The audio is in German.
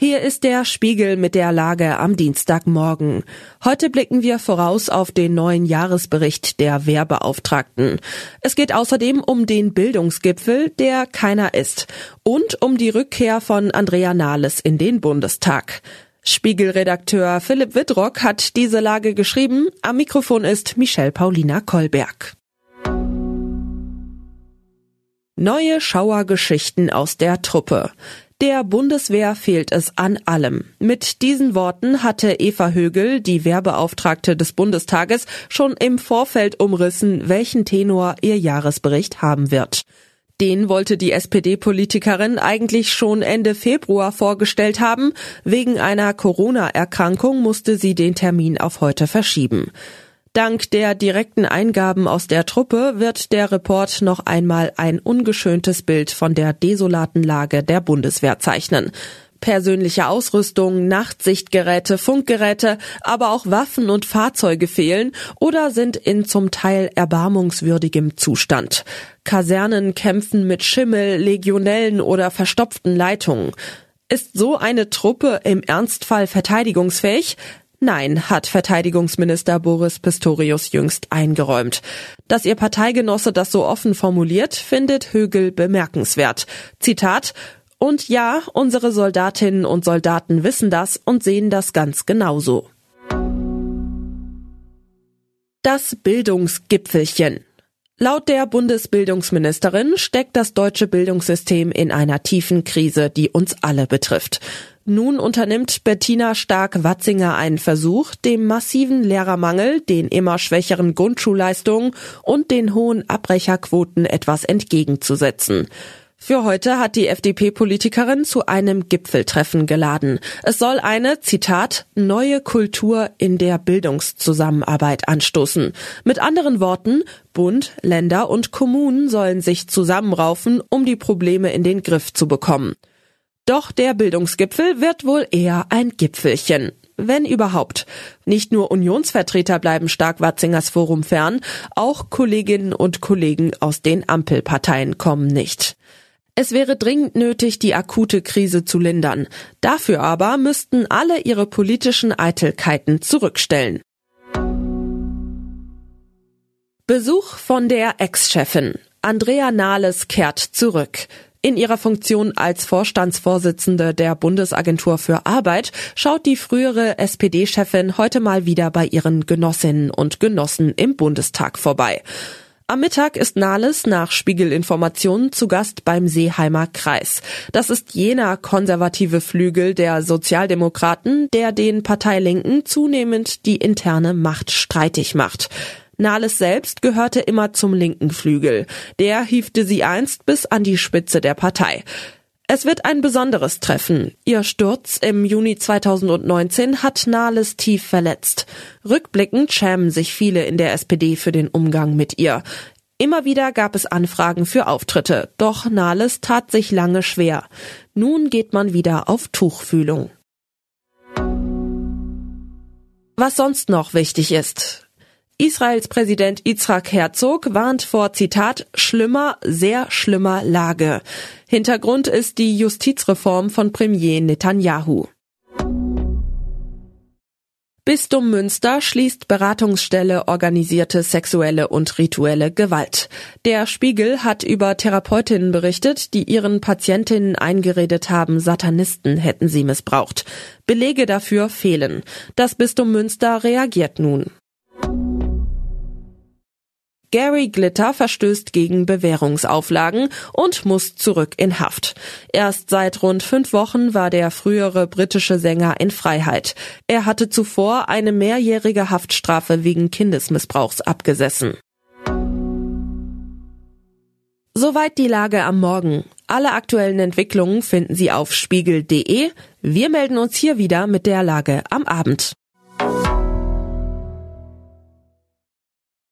Hier ist der Spiegel mit der Lage am Dienstagmorgen. Heute blicken wir voraus auf den neuen Jahresbericht der Wehrbeauftragten. Es geht außerdem um den Bildungsgipfel, der keiner ist, und um die Rückkehr von Andrea Nahles in den Bundestag. Spiegelredakteur Philipp Wittrock hat diese Lage geschrieben. Am Mikrofon ist Michelle Paulina Kolberg. Neue Schauergeschichten aus der Truppe. Der Bundeswehr fehlt es an allem. Mit diesen Worten hatte Eva Högel, die Wehrbeauftragte des Bundestages, schon im Vorfeld umrissen, welchen Tenor ihr Jahresbericht haben wird. Den wollte die SPD-Politikerin eigentlich schon Ende Februar vorgestellt haben. Wegen einer Corona-Erkrankung musste sie den Termin auf heute verschieben. Dank der direkten Eingaben aus der Truppe wird der Report noch einmal ein ungeschöntes Bild von der desolaten Lage der Bundeswehr zeichnen. Persönliche Ausrüstung, Nachtsichtgeräte, Funkgeräte, aber auch Waffen und Fahrzeuge fehlen oder sind in zum Teil erbarmungswürdigem Zustand. Kasernen kämpfen mit Schimmel, Legionellen oder verstopften Leitungen. Ist so eine Truppe im Ernstfall verteidigungsfähig? Nein, hat Verteidigungsminister Boris Pistorius jüngst eingeräumt. Dass ihr Parteigenosse das so offen formuliert, findet Högel bemerkenswert. Zitat: Und ja, unsere Soldatinnen und Soldaten wissen das und sehen das ganz genauso. Das Bildungsgipfelchen. Laut der Bundesbildungsministerin steckt das deutsche Bildungssystem in einer tiefen Krise, die uns alle betrifft. Nun unternimmt Bettina Stark-Watzinger einen Versuch, dem massiven Lehrermangel, den immer schwächeren Grundschulleistungen und den hohen Abbrecherquoten etwas entgegenzusetzen. Für heute hat die FDP-Politikerin zu einem Gipfeltreffen geladen. Es soll eine, Zitat, neue Kultur in der Bildungszusammenarbeit anstoßen. Mit anderen Worten, Bund, Länder und Kommunen sollen sich zusammenraufen, um die Probleme in den Griff zu bekommen. Doch der Bildungsgipfel wird wohl eher ein Gipfelchen. Wenn überhaupt. Nicht nur Unionsvertreter bleiben Stark-Watzingers Forum fern, auch Kolleginnen und Kollegen aus den Ampelparteien kommen nicht. Es wäre dringend nötig, die akute Krise zu lindern. Dafür aber müssten alle ihre politischen Eitelkeiten zurückstellen. Besuch von der Ex-Chefin. Andrea Nahles kehrt zurück. In ihrer Funktion als Vorstandsvorsitzende der Bundesagentur für Arbeit schaut die frühere SPD-Chefin heute mal wieder bei ihren Genossinnen und Genossen im Bundestag vorbei. Am Mittag ist Nahles nach Spiegelinformationen zu Gast beim Seeheimer Kreis. Das ist jener konservative Flügel der Sozialdemokraten, der den Parteilinken zunehmend die interne Macht streitig macht. Nahles selbst gehörte immer zum linken Flügel. Der hiefte sie einst bis an die Spitze der Partei. Es wird ein besonderes Treffen. Ihr Sturz im Juni 2019 hat Nahles tief verletzt. Rückblickend schämen sich viele in der SPD für den Umgang mit ihr. Immer wieder gab es Anfragen für Auftritte, doch Nahles tat sich lange schwer. Nun geht man wieder auf Tuchfühlung. Was sonst noch wichtig ist: Israels Präsident Yitzhak Herzog warnt vor, Zitat, schlimmer, sehr schlimmer Lage. Hintergrund ist die Justizreform von Premier Netanyahu. Bistum Münster schließt Beratungsstelle organisierte sexuelle und rituelle Gewalt. Der Spiegel hat über Therapeutinnen berichtet, die ihren Patientinnen eingeredet haben, Satanisten hätten sie missbraucht. Belege dafür fehlen. Das Bistum Münster reagiert nun. Gary Glitter verstößt gegen Bewährungsauflagen und muss zurück in Haft. Erst seit rund 5 Wochen war der frühere britische Sänger in Freiheit. Er hatte zuvor eine mehrjährige Haftstrafe wegen Kindesmissbrauchs abgesessen. Soweit die Lage am Morgen. Alle aktuellen Entwicklungen finden Sie auf spiegel.de. Wir melden uns hier wieder mit der Lage am Abend.